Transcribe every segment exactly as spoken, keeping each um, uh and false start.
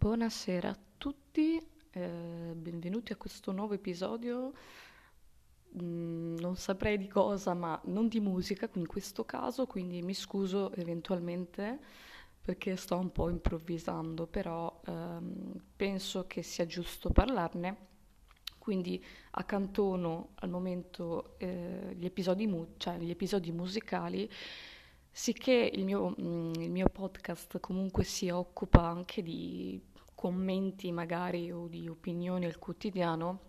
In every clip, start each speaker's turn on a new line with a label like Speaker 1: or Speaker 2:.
Speaker 1: Buonasera a tutti, eh, benvenuti a questo nuovo episodio. Mm, non saprei di cosa, ma non di musica in questo caso, quindi mi scuso eventualmente perché sto un po' improvvisando, però ehm, penso che sia giusto parlarne. Quindi accantono al momento eh, gli episodi, mu- cioè gli episodi musicali, sicché il mio, mm, il mio podcast comunque si occupa anche di commenti magari o di opinioni al quotidiano.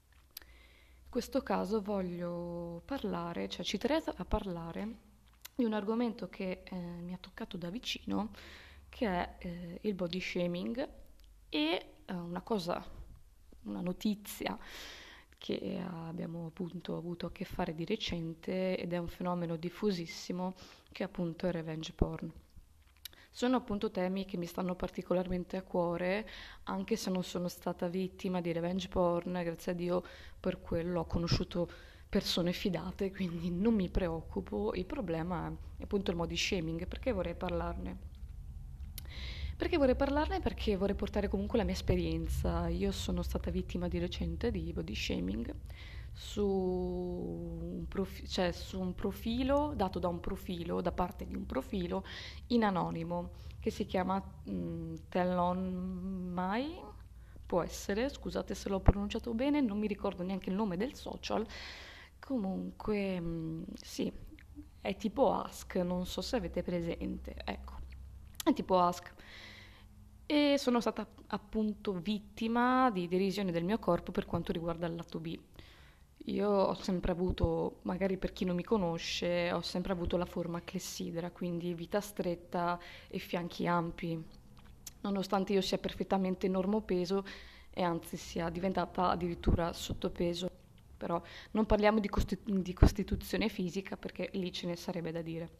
Speaker 1: In questo caso voglio parlare, cioè ci terrei a parlare di un argomento che eh, mi ha toccato da vicino, che è eh, il body shaming e eh, una cosa, una notizia che abbiamo appunto avuto a che fare di recente ed è un fenomeno diffusissimo che è appunto il revenge porn. Sono appunto temi che mi stanno particolarmente a cuore, anche se non sono stata vittima di revenge porn, grazie a Dio per quello ho conosciuto persone fidate, quindi non mi preoccupo. Il problema è appunto il body shaming, perché vorrei parlarne? Perché vorrei parlarne? Perché vorrei portare comunque la mia esperienza. Io sono stata vittima di recente di body shaming su un, profi- cioè su un profilo, dato da un profilo, da parte di un profilo in anonimo, che si chiama mm, Tell On My, può essere, scusate se l'ho pronunciato bene, non mi ricordo neanche il nome del social. Comunque, mm, sì, è tipo Ask, non so se avete presente, ecco, è tipo Ask. E sono stata appunto vittima di derisione del mio corpo per quanto riguarda il lato B. Io ho sempre avuto, magari per chi non mi conosce, ho sempre avuto la forma clessidra, quindi vita stretta e fianchi ampi, nonostante io sia perfettamente normopeso e anzi sia diventata addirittura sottopeso. Però non parliamo di, costi- di costituzione fisica perché lì ce ne sarebbe da dire.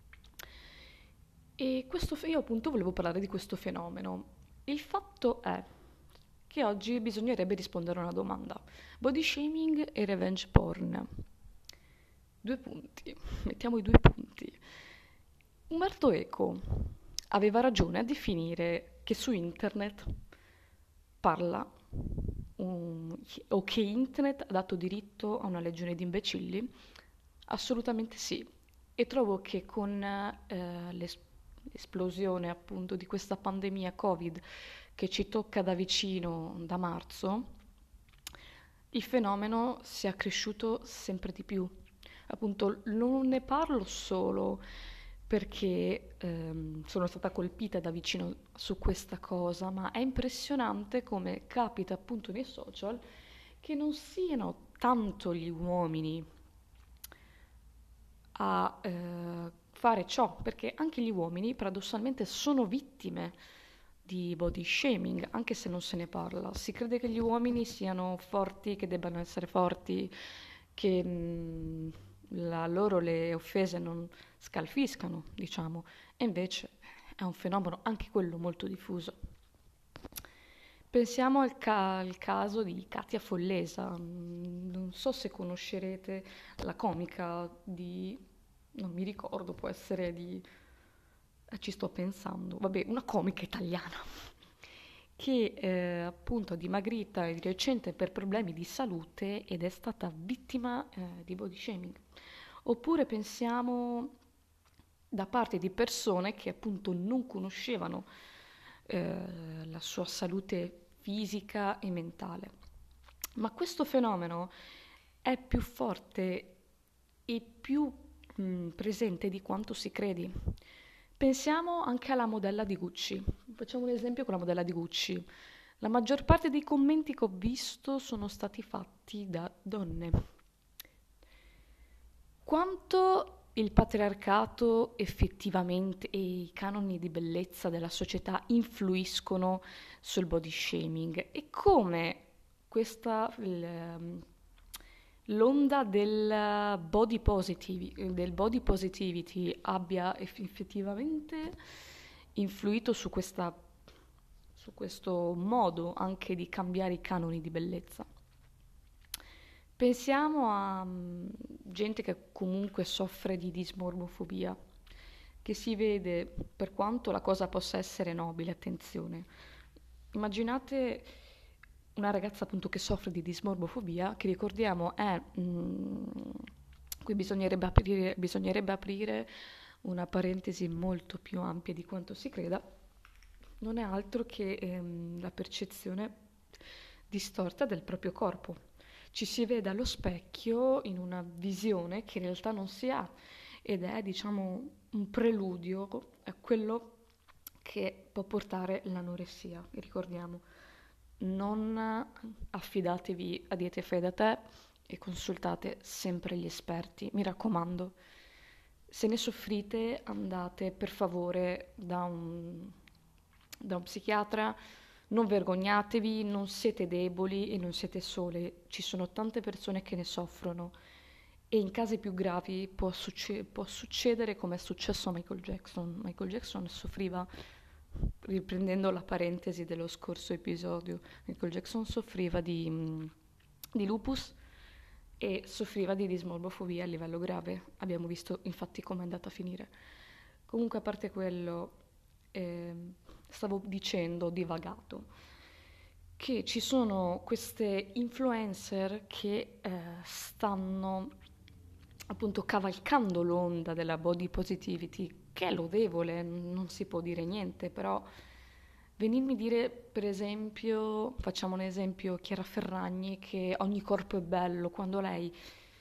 Speaker 1: E questo, io appunto volevo parlare di questo fenomeno. Il fatto è che oggi bisognerebbe rispondere a una domanda. Body shaming e revenge porn. Due punti, mettiamo i due punti. Umberto Eco aveva ragione a definire che su internet parla un- o che internet ha dato diritto a una legione di imbecilli? Assolutamente sì. E trovo che con eh, l'es- l'esplosione appunto di questa pandemia Covid che ci tocca da vicino da marzo, il fenomeno sia cresciuto sempre di più. Appunto, non ne parlo solo perché ehm, sono stata colpita da vicino su questa cosa, ma è impressionante come capita appunto nei social che non siano tanto gli uomini a eh, fare ciò, perché anche gli uomini paradossalmente sono vittime di body shaming, anche se non se ne parla. Si crede che gli uomini siano forti, che debbano essere forti, che mh, la loro le offese non scalfiscano, diciamo, e invece è un fenomeno anche quello molto diffuso. Pensiamo al, ca- al caso di Katia Follesa, mm, non so se conoscerete la comica di, non mi ricordo, può essere di, eh, ci sto pensando, vabbè, una comica italiana che eh, appunto è dimagrita di recente per problemi di salute ed è stata vittima eh, di body shaming. Oppure pensiamo da parte di persone che appunto non conoscevano eh, la sua salute fisica e mentale. Ma questo fenomeno è più forte e più mh, presente di quanto si credi. Pensiamo anche alla modella di Gucci. Facciamo un esempio con la modella di Gucci. La maggior parte dei commenti che ho visto sono stati fatti da donne. Quanto il patriarcato effettivamente e i canoni di bellezza della società influiscono sul body shaming e come questa il, l'onda del body positivity, del body positivity abbia eff- effettivamente influito su questa, su questo modo anche di cambiare i canoni di bellezza. Pensiamo a mm, gente che comunque soffre di dismormofobia, che si vede, per quanto la cosa possa essere nobile, attenzione, immaginate una ragazza appunto che soffre di dismorfobia, che ricordiamo è, mm, qui bisognerebbe aprire, bisognerebbe aprire una parentesi molto più ampia di quanto si creda, non è altro che ehm, la percezione distorta del proprio corpo. Ci si vede allo specchio in una visione che in realtà non si ha ed è, diciamo, un preludio a quello che può portare l'anoressia. Ricordiamo, non affidatevi a diete fai da te e consultate sempre gli esperti. Mi raccomando, se ne soffrite andate per favore da un, da un psichiatra, non vergognatevi, non siete deboli e non siete sole, ci sono tante persone che ne soffrono e in casi più gravi può, succe- può succedere come è successo a Michael Jackson. Michael Jackson soffriva, riprendendo la parentesi dello scorso episodio, Michael Jackson soffriva di, mm, di lupus e soffriva di dismorfobia a livello grave. Abbiamo visto infatti come è andata a finire. Comunque, a parte quello, ehm, stavo dicendo, ho divagato, che ci sono queste influencer che eh, stanno appunto cavalcando l'onda della body positivity, che è lodevole, non si può dire niente, però venirmi a dire, per esempio, facciamo un esempio, Chiara Ferragni, che ogni corpo è bello, quando lei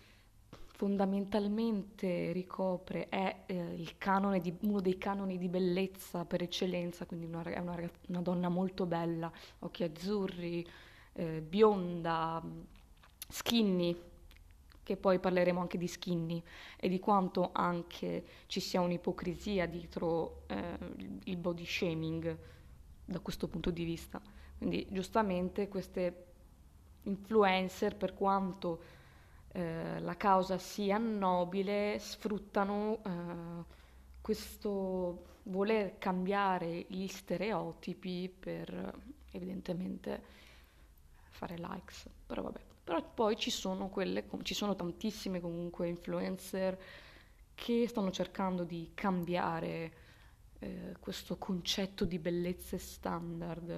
Speaker 1: fondamentalmente ricopre, è eh, il canone di, uno dei canoni di bellezza per eccellenza, quindi una, è una, ragaz- una donna molto bella, occhi azzurri, eh, bionda, skinny, che poi parleremo anche di skinny e di quanto anche ci sia un'ipocrisia dietro eh, il body shaming da questo punto di vista. Quindi giustamente queste influencer, per quanto eh, la causa sia nobile, sfruttano eh, questo voler cambiare gli stereotipi per evidentemente fare likes, però vabbè. Però poi ci sono quelle, ci sono tantissime comunque influencer che stanno cercando di cambiare eh, questo concetto di bellezze standard.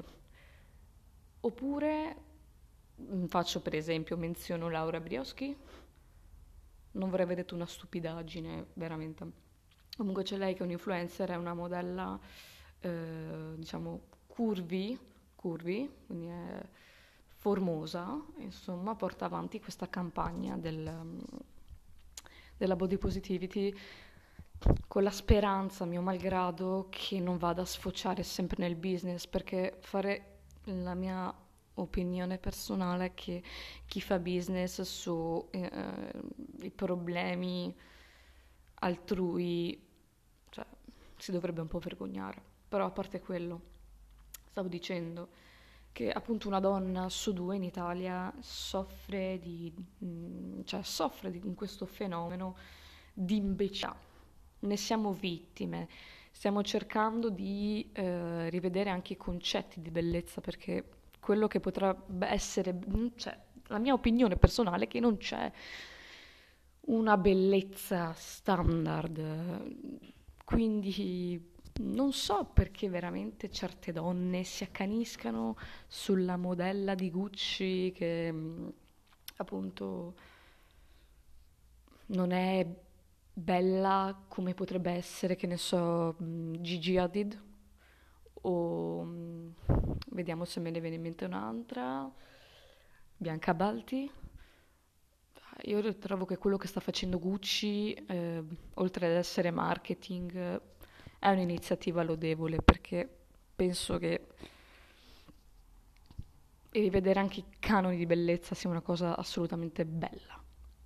Speaker 1: Oppure mm, faccio per esempio, menziono Laura Brioschi, non vorrei aver detto una stupidaggine, veramente. Comunque c'è lei che è un influencer, è una modella, eh, diciamo, curvy, curvy, quindi è formosa, insomma, porta avanti questa campagna del, um, della body positivity con la speranza, mio malgrado, che non vada a sfociare sempre nel business, perché fare la mia opinione personale è che chi fa business su eh, i problemi altrui, cioè, si dovrebbe un po' vergognare. Però a parte quello, stavo dicendo che appunto una donna su due in Italia soffre di, mh, cioè soffre di questo fenomeno di imbecillità. Ne siamo vittime. Stiamo cercando di eh, rivedere anche i concetti di bellezza perché quello che potrebbe essere, cioè, la mia opinione personale è che non c'è una bellezza standard. Quindi non so perché veramente certe donne si accaniscano sulla modella di Gucci che mh, appunto non è bella come potrebbe essere, che ne so, mh, Gigi Hadid o mh, vediamo se me ne viene in mente un'altra, Bianca Balti. Io trovo che quello che sta facendo Gucci, eh, oltre ad essere marketing, eh, è un'iniziativa lodevole perché penso che rivedere anche i canoni di bellezza sia una cosa assolutamente bella.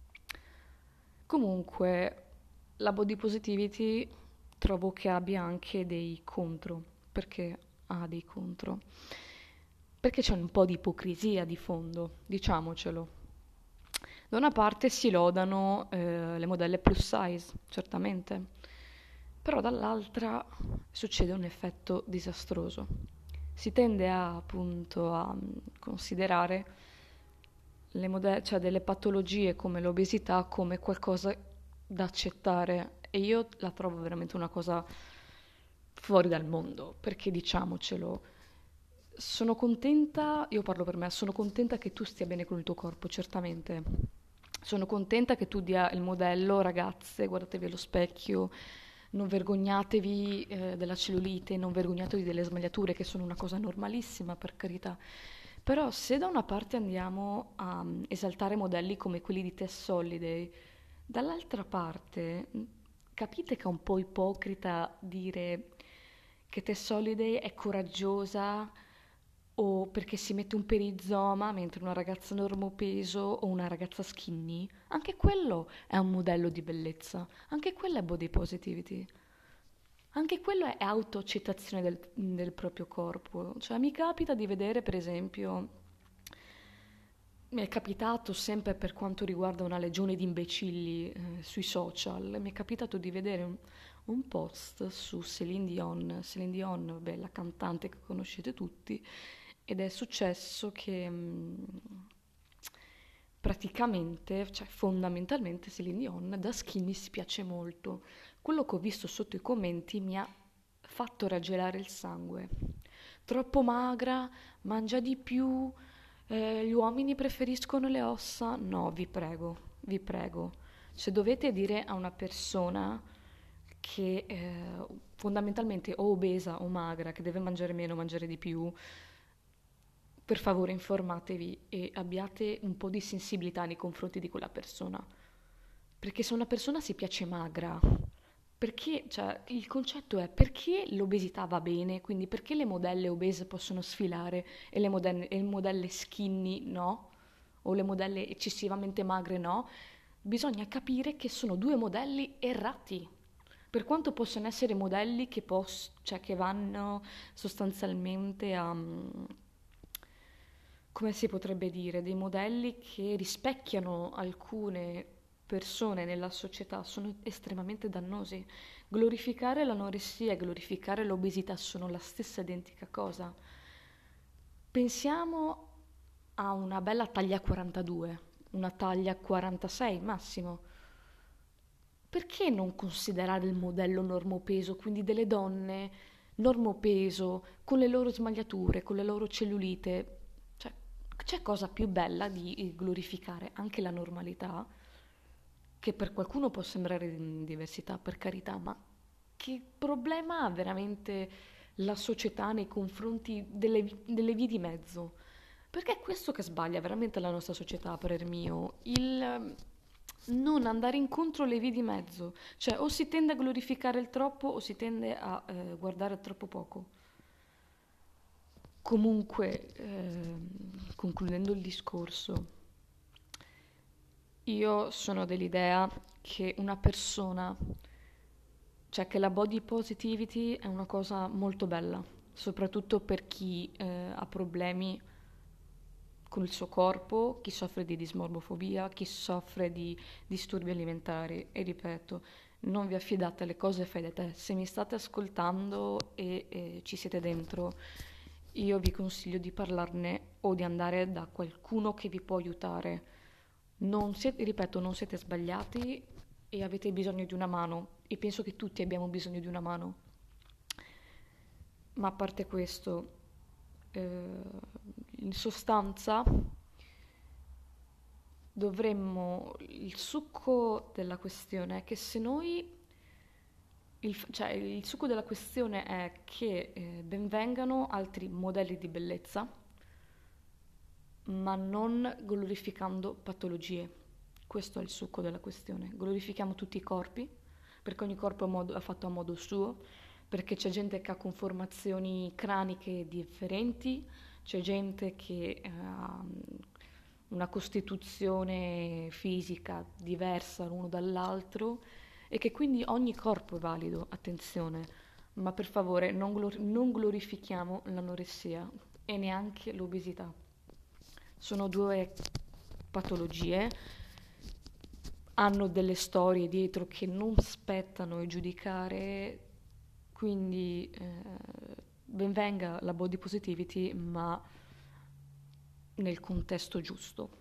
Speaker 1: Comunque, la body positivity trovo che abbia anche dei contro. Perché ha dei contro? Perché c'è un po' di ipocrisia di fondo, diciamocelo. Da una parte si lodano eh, le modelle plus size, certamente, però dall'altra succede un effetto disastroso. Si tende a, appunto a mm, considerare le mode- cioè delle patologie come l'obesità come qualcosa da accettare e io la trovo veramente una cosa fuori dal mondo, perché diciamocelo, sono contenta, io parlo per me, sono contenta che tu stia bene con il tuo corpo, certamente. Sono contenta che tu dia il modello, ragazze, guardatevi allo specchio, non vergognatevi eh, della cellulite, non vergognatevi delle smagliature, che sono una cosa normalissima, per carità. Però se da una parte andiamo a mm, esaltare modelli come quelli di Tess Holiday, dall'altra parte mm, capite che è un po' ipocrita dire che Tess Holiday è coraggiosa o perché si mette un perizoma mentre una ragazza normopeso o una ragazza skinny? Anche quello è un modello di bellezza, anche quello è body positivity. Anche quello è autoaccettazione del, del proprio corpo. Cioè, mi capita di vedere, per esempio, mi è capitato sempre per quanto riguarda una legione di imbecilli eh, sui social, mi è capitato di vedere un, un post su Céline Dion, Céline Dion, vabbè, la cantante che conoscete tutti, ed è successo che mh, praticamente, cioè fondamentalmente Céline Dion da skinny si piace molto. Quello che ho visto sotto i commenti mi ha fatto raggelare il sangue. Troppo magra, mangia di più, eh, gli uomini preferiscono le ossa. No, vi prego, vi prego. Se dovete dire a una persona che eh, fondamentalmente o obesa o magra, che deve mangiare meno, mangiare di più, per favore informatevi e abbiate un po' di sensibilità nei confronti di quella persona. Perché se una persona si piace magra, perché, cioè, il concetto è perché l'obesità va bene, quindi perché le modelle obese possono sfilare e le modelle, e le modelle skinny no, o le modelle eccessivamente magre no, bisogna capire che sono due modelli errati. Per quanto possono essere modelli che, pos- cioè, che vanno sostanzialmente a, come si potrebbe dire, dei modelli che rispecchiano alcune persone nella società, sono estremamente dannosi. Glorificare l'anoressia e glorificare l'obesità sono la stessa identica cosa. Pensiamo a una bella taglia quarantadue, una taglia quarantasei massimo. Perché non considerare il modello normopeso, quindi delle donne normopeso, con le loro smagliature, con le loro cellulite? Cioè, c'è cosa più bella di glorificare anche la normalità, che per qualcuno può sembrare di- diversità, per carità, ma che problema ha veramente la società nei confronti delle, vi- delle vie di mezzo? Perché è questo che sbaglia veramente la nostra società, a parer mio, il ehm, non andare incontro alle vie di mezzo, cioè o si tende a glorificare il troppo o si tende a eh, guardare troppo poco. Comunque, ehm, concludendo il discorso, io sono dell'idea che una persona, cioè che la body positivity è una cosa molto bella, soprattutto per chi eh, ha problemi con il suo corpo, chi soffre di dismorfobia, chi soffre di disturbi alimentari. E ripeto, non vi affidate alle cose fai da te. Se mi state ascoltando e, e ci siete dentro, io vi consiglio di parlarne o di andare da qualcuno che vi può aiutare. Non siete, ripeto, non siete sbagliati e avete bisogno di una mano. E penso che tutti abbiamo bisogno di una mano. Ma a parte questo, eh, in sostanza dovremmo, il succo della questione è che se noi, il, cioè il succo della questione è che eh, benvengano altri modelli di bellezza, ma non glorificando patologie. Questo è il succo della questione. Glorifichiamo tutti i corpi, perché ogni corpo è, modo- è fatto a modo suo, perché c'è gente che ha conformazioni craniche differenti, c'è gente che eh, ha una costituzione fisica diversa l'uno dall'altro e che quindi ogni corpo è valido, attenzione, ma per favore non, glor- non glorifichiamo l'anoressia e neanche l'obesità. Sono due patologie, hanno delle storie dietro che non spettano giudicare, quindi eh, ben venga la body positivity, ma nel contesto giusto.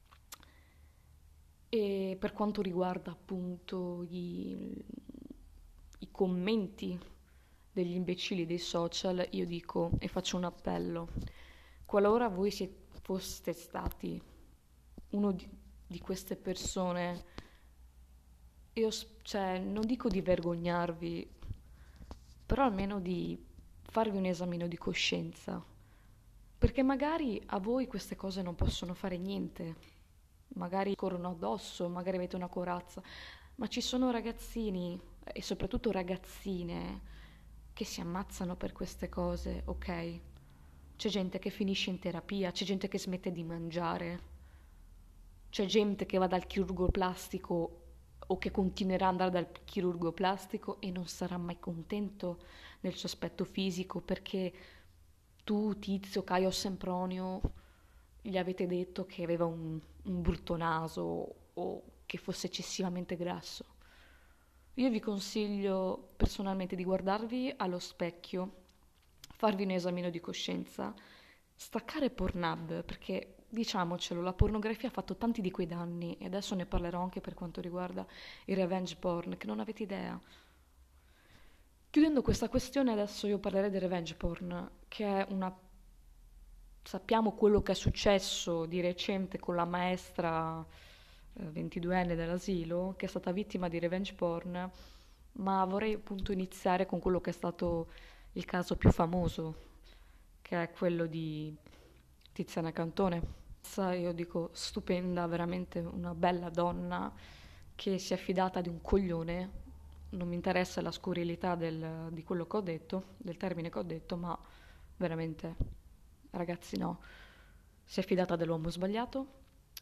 Speaker 1: E per quanto riguarda appunto i, i commenti degli imbecilli dei social, io dico e faccio un appello. Qualora voi siete, foste stati uno di, di queste persone, io s- cioè, non dico di vergognarvi, però almeno di farvi un esame di coscienza, perché magari a voi queste cose non possono fare niente, magari corrono addosso, magari avete una corazza, ma ci sono ragazzini e soprattutto ragazzine che si ammazzano per queste cose, ok? C'è gente che finisce in terapia, c'è gente che smette di mangiare, c'è gente che va dal chirurgo plastico o che continuerà ad andare dal chirurgo plastico e non sarà mai contento del suo aspetto fisico perché tu, Tizio, Caio Sempronio, gli avete detto che aveva un, un brutto naso o che fosse eccessivamente grasso. Io vi consiglio personalmente di guardarvi allo specchio, farvi un esamino di coscienza, staccare Pornhub, perché diciamocelo, la pornografia ha fatto tanti di quei danni e adesso ne parlerò anche per quanto riguarda il revenge porn, che non avete idea. Chiudendo questa questione, adesso io parlerei del revenge porn, che è una... Sappiamo quello che è successo di recente con la maestra eh, ventiduenne dell'asilo, che è stata vittima di revenge porn, ma vorrei appunto iniziare con quello che è stato il caso più famoso, che è quello di Tiziana Cantone. Sa, io dico stupenda, veramente una bella donna che si è fidata di un coglione. Non mi interessa la scurrilità del- di quello che ho detto, del termine che ho detto, ma veramente, ragazzi, no. Si è fidata dell'uomo sbagliato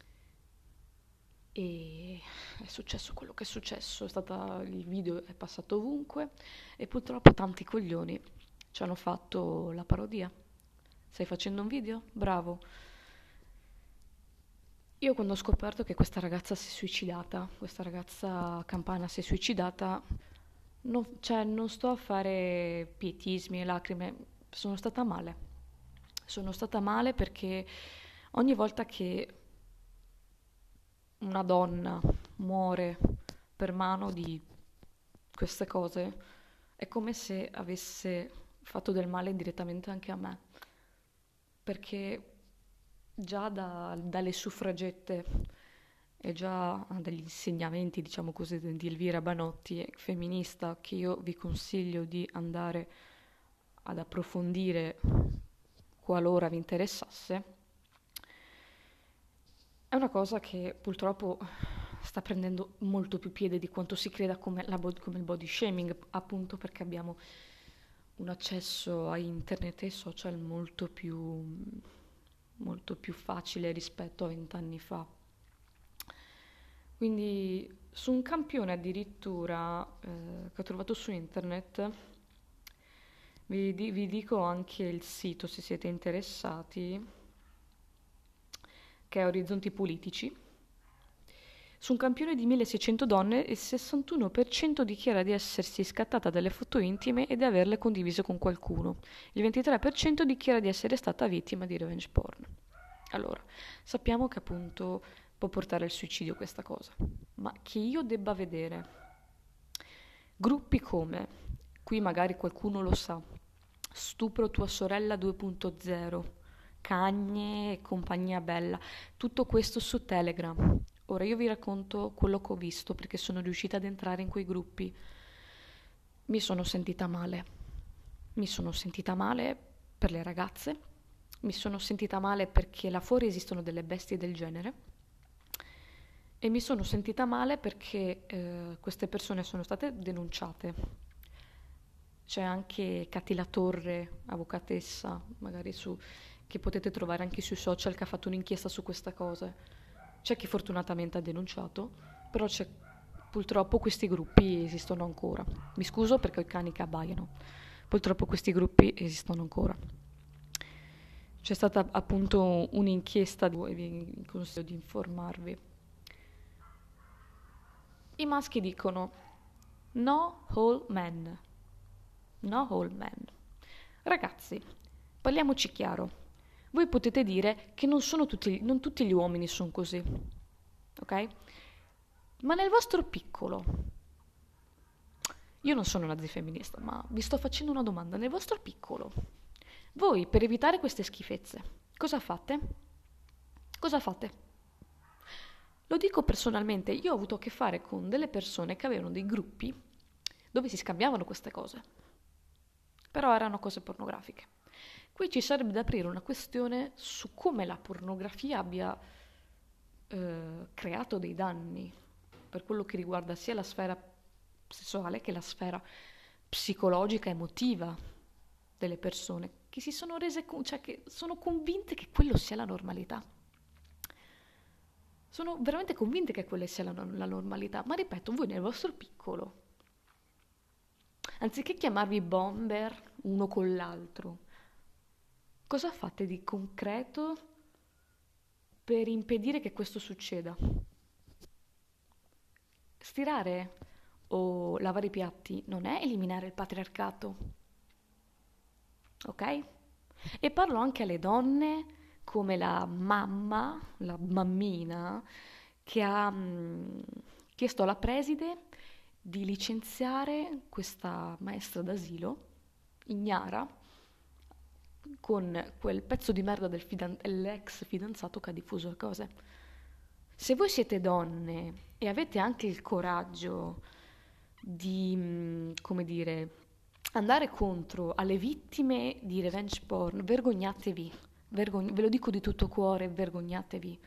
Speaker 1: e è successo quello che è successo. È stata, il video è passato ovunque e purtroppo tanti coglioni ci hanno fatto la parodia. Stai facendo un video? Bravo. Io quando ho scoperto che questa ragazza si è suicidata, questa ragazza campana si è suicidata, non, cioè, non sto a fare pietismi e lacrime, sono stata male. Sono stata male perché ogni volta che una donna muore per mano di queste cose è come se avesse fatto del male indirettamente anche a me. Perché già da- dalle suffragette e già dagli insegnamenti, diciamo così, di Elvira Banotti, femminista, che io vi consiglio di andare ad approfondire qualora vi interessasse, è una cosa che purtroppo sta prendendo molto più piede di quanto si creda come, la bod- come il body shaming, appunto perché abbiamo un accesso a internet e ai social molto più, molto più facile rispetto a vent'anni fa. Quindi su un campione addirittura eh, che ho trovato su internet, vi, di- vi dico anche il sito se siete interessati, che è Orizzonti Politici. Su un campione di milleseicento donne, il sessantuno per cento dichiara di essersi scattata delle foto intime e di averle condivise con qualcuno. Il ventitré per cento dichiara di essere stata vittima di revenge porn. Allora, sappiamo che appunto può portare al suicidio questa cosa, ma che io debba vedere gruppi come, qui magari qualcuno lo sa, Stupro tua sorella due punto zero, Cagne e compagnia bella, tutto questo su Telegram. Ora io vi racconto quello che ho visto perché sono riuscita ad entrare in quei gruppi. Mi sono sentita male. Mi sono sentita male per le ragazze, mi sono sentita male perché là fuori esistono delle bestie del genere e mi sono sentita male perché eh, queste persone sono state denunciate. C'è anche Cati La Torre, avvocatessa, magari su, che potete trovare anche sui social, che ha fatto un'inchiesta su questa cosa. C'è chi fortunatamente ha denunciato, però c'è, purtroppo questi gruppi esistono ancora. Mi scuso perché ho i cani che abbaiano. Purtroppo questi gruppi esistono ancora. C'è stata appunto un'inchiesta e vi consiglio di informarvi. I maschi dicono no all men. No all men. Ragazzi, parliamoci chiaro. Voi potete dire che non sono tutti, non tutti gli uomini sono così, ok? Ma nel vostro piccolo, Io non sono nazifemminista, ma vi sto facendo una domanda. Nel vostro piccolo, voi per evitare queste schifezze, cosa fate? Cosa fate? Lo dico personalmente, io ho avuto a che fare con delle persone che avevano dei gruppi dove si scambiavano queste cose, però erano cose pornografiche. Qui ci sarebbe da aprire una questione su come la pornografia abbia eh, creato dei danni per quello che riguarda sia la sfera sessuale che la sfera psicologica, emotiva delle persone, che si sono rese, con- cioè che sono convinte che quello sia la normalità. Sono veramente convinte che quella sia la, no- la normalità, ma ripeto, voi nel vostro piccolo, anziché chiamarvi bomber uno con l'altro, cosa fate di concreto per impedire che questo succeda? Stirare o lavare i piatti non è eliminare il patriarcato, ok? E parlo anche alle donne come la mamma, la mammina, che ha mh, chiesto alla preside di licenziare questa maestra d'asilo, ignara, con quel pezzo di merda del fidan- dell'ex fidanzato che ha diffuso le cose. Se voi siete donne e avete anche il coraggio di, mh, come dire, andare contro alle vittime di revenge porn, vergognatevi, vergogn- ve lo dico di tutto cuore, vergognatevi.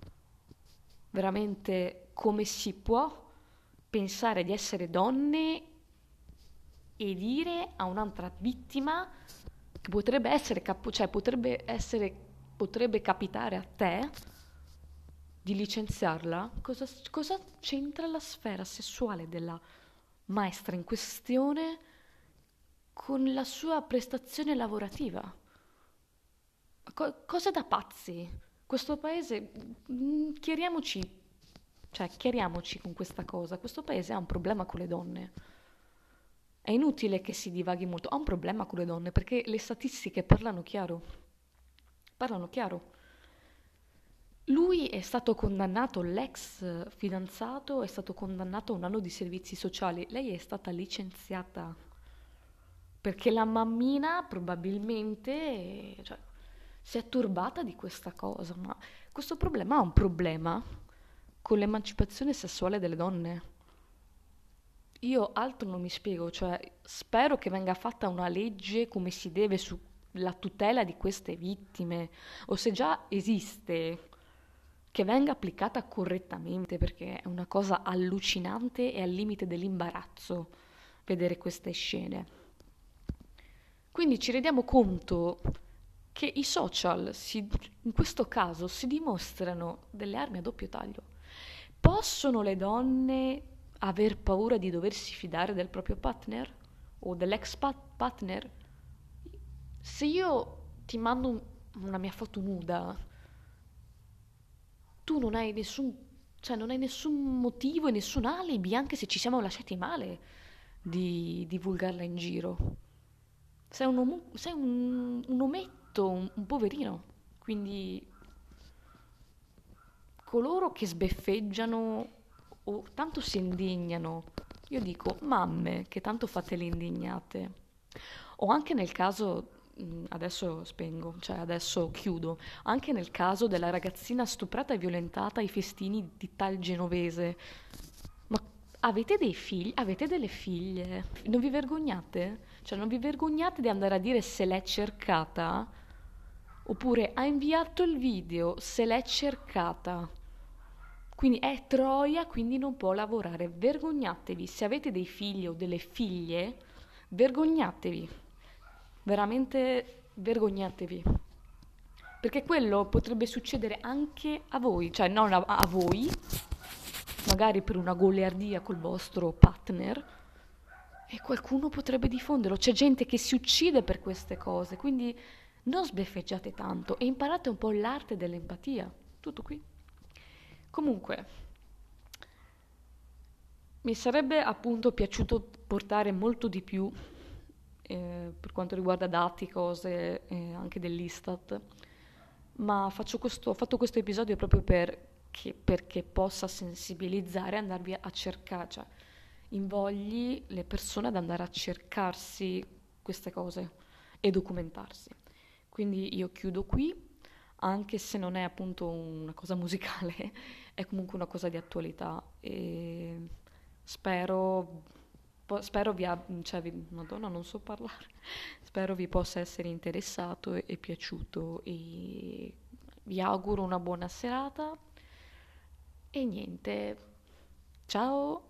Speaker 1: Veramente come si può pensare di essere donne e dire a un'altra vittima che potrebbe essere, capo- cioè potrebbe essere, potrebbe capitare a te di licenziarla? Cosa, cosa c'entra la sfera sessuale della maestra in questione con la sua prestazione lavorativa? Co- cosa da pazzi? Questo paese, mm, chiariamoci, cioè chiariamoci con questa cosa, questo paese ha un problema con le donne. È inutile che si divaghi molto, ha un problema con le donne perché le statistiche parlano chiaro, parlano chiaro. Lui è stato condannato, l'ex fidanzato è stato condannato a un anno di servizi sociali, lei è stata licenziata perché la mammina probabilmente, cioè, si è turbata di questa cosa, ma questo problema ha un problema con l'emancipazione sessuale delle donne. Io altro non mi spiego, cioè spero che venga fatta una legge come si deve sulla tutela di queste vittime, o se già esiste, che venga applicata correttamente, perché è una cosa allucinante e al limite dell'imbarazzo vedere queste scene. Quindi ci rendiamo conto che i social si- in questo caso si dimostrano delle armi a doppio taglio. Possono le donne aver paura di doversi fidare del proprio partner o dell'ex pat- partner? Se io ti mando un- una mia foto nuda, tu non hai nessun, cioè non hai nessun motivo e nessun alibi, anche se ci siamo lasciati male, di divulgarla in giro. Sei un, omu- sei un, un ometto, un, un poverino. Quindi coloro che sbeffeggiano o tanto si indignano, io dico, mamme, che tanto fate le indignate. O anche nel caso, mh, adesso spengo, cioè adesso chiudo, anche nel caso della ragazzina stuprata e violentata ai festini di tal genovese. Ma avete dei figli? Avete delle figlie? Non vi vergognate? Cioè non vi vergognate di andare a dire se l'è cercata? Oppure ha inviato il video, se l'è cercata. Quindi è troia, quindi non può lavorare. Vergognatevi. Se avete dei figli o delle figlie, vergognatevi. Veramente vergognatevi. Perché quello potrebbe succedere anche a voi, cioè non a, a voi, magari per una goliardia col vostro partner, e qualcuno potrebbe diffonderlo. C'è gente che si uccide per queste cose, quindi non sbeffeggiate tanto e imparate un po' l'arte dell'empatia. Tutto qui. Comunque, mi sarebbe appunto piaciuto portare molto di più eh, per quanto riguarda dati, cose, eh, anche dell'Istat, ma faccio questo, ho fatto questo episodio proprio per che- perché possa sensibilizzare, andarvi a cercare, cioè invogli le persone ad andare a cercarsi queste cose e documentarsi. Quindi io chiudo qui, anche se non è appunto una cosa musicale, è comunque una cosa di attualità e spero, po- spero vi abbia, cioè vi- Madonna, non so parlare, spero vi possa essere interessato e, e piaciuto e vi auguro una buona serata e niente, ciao!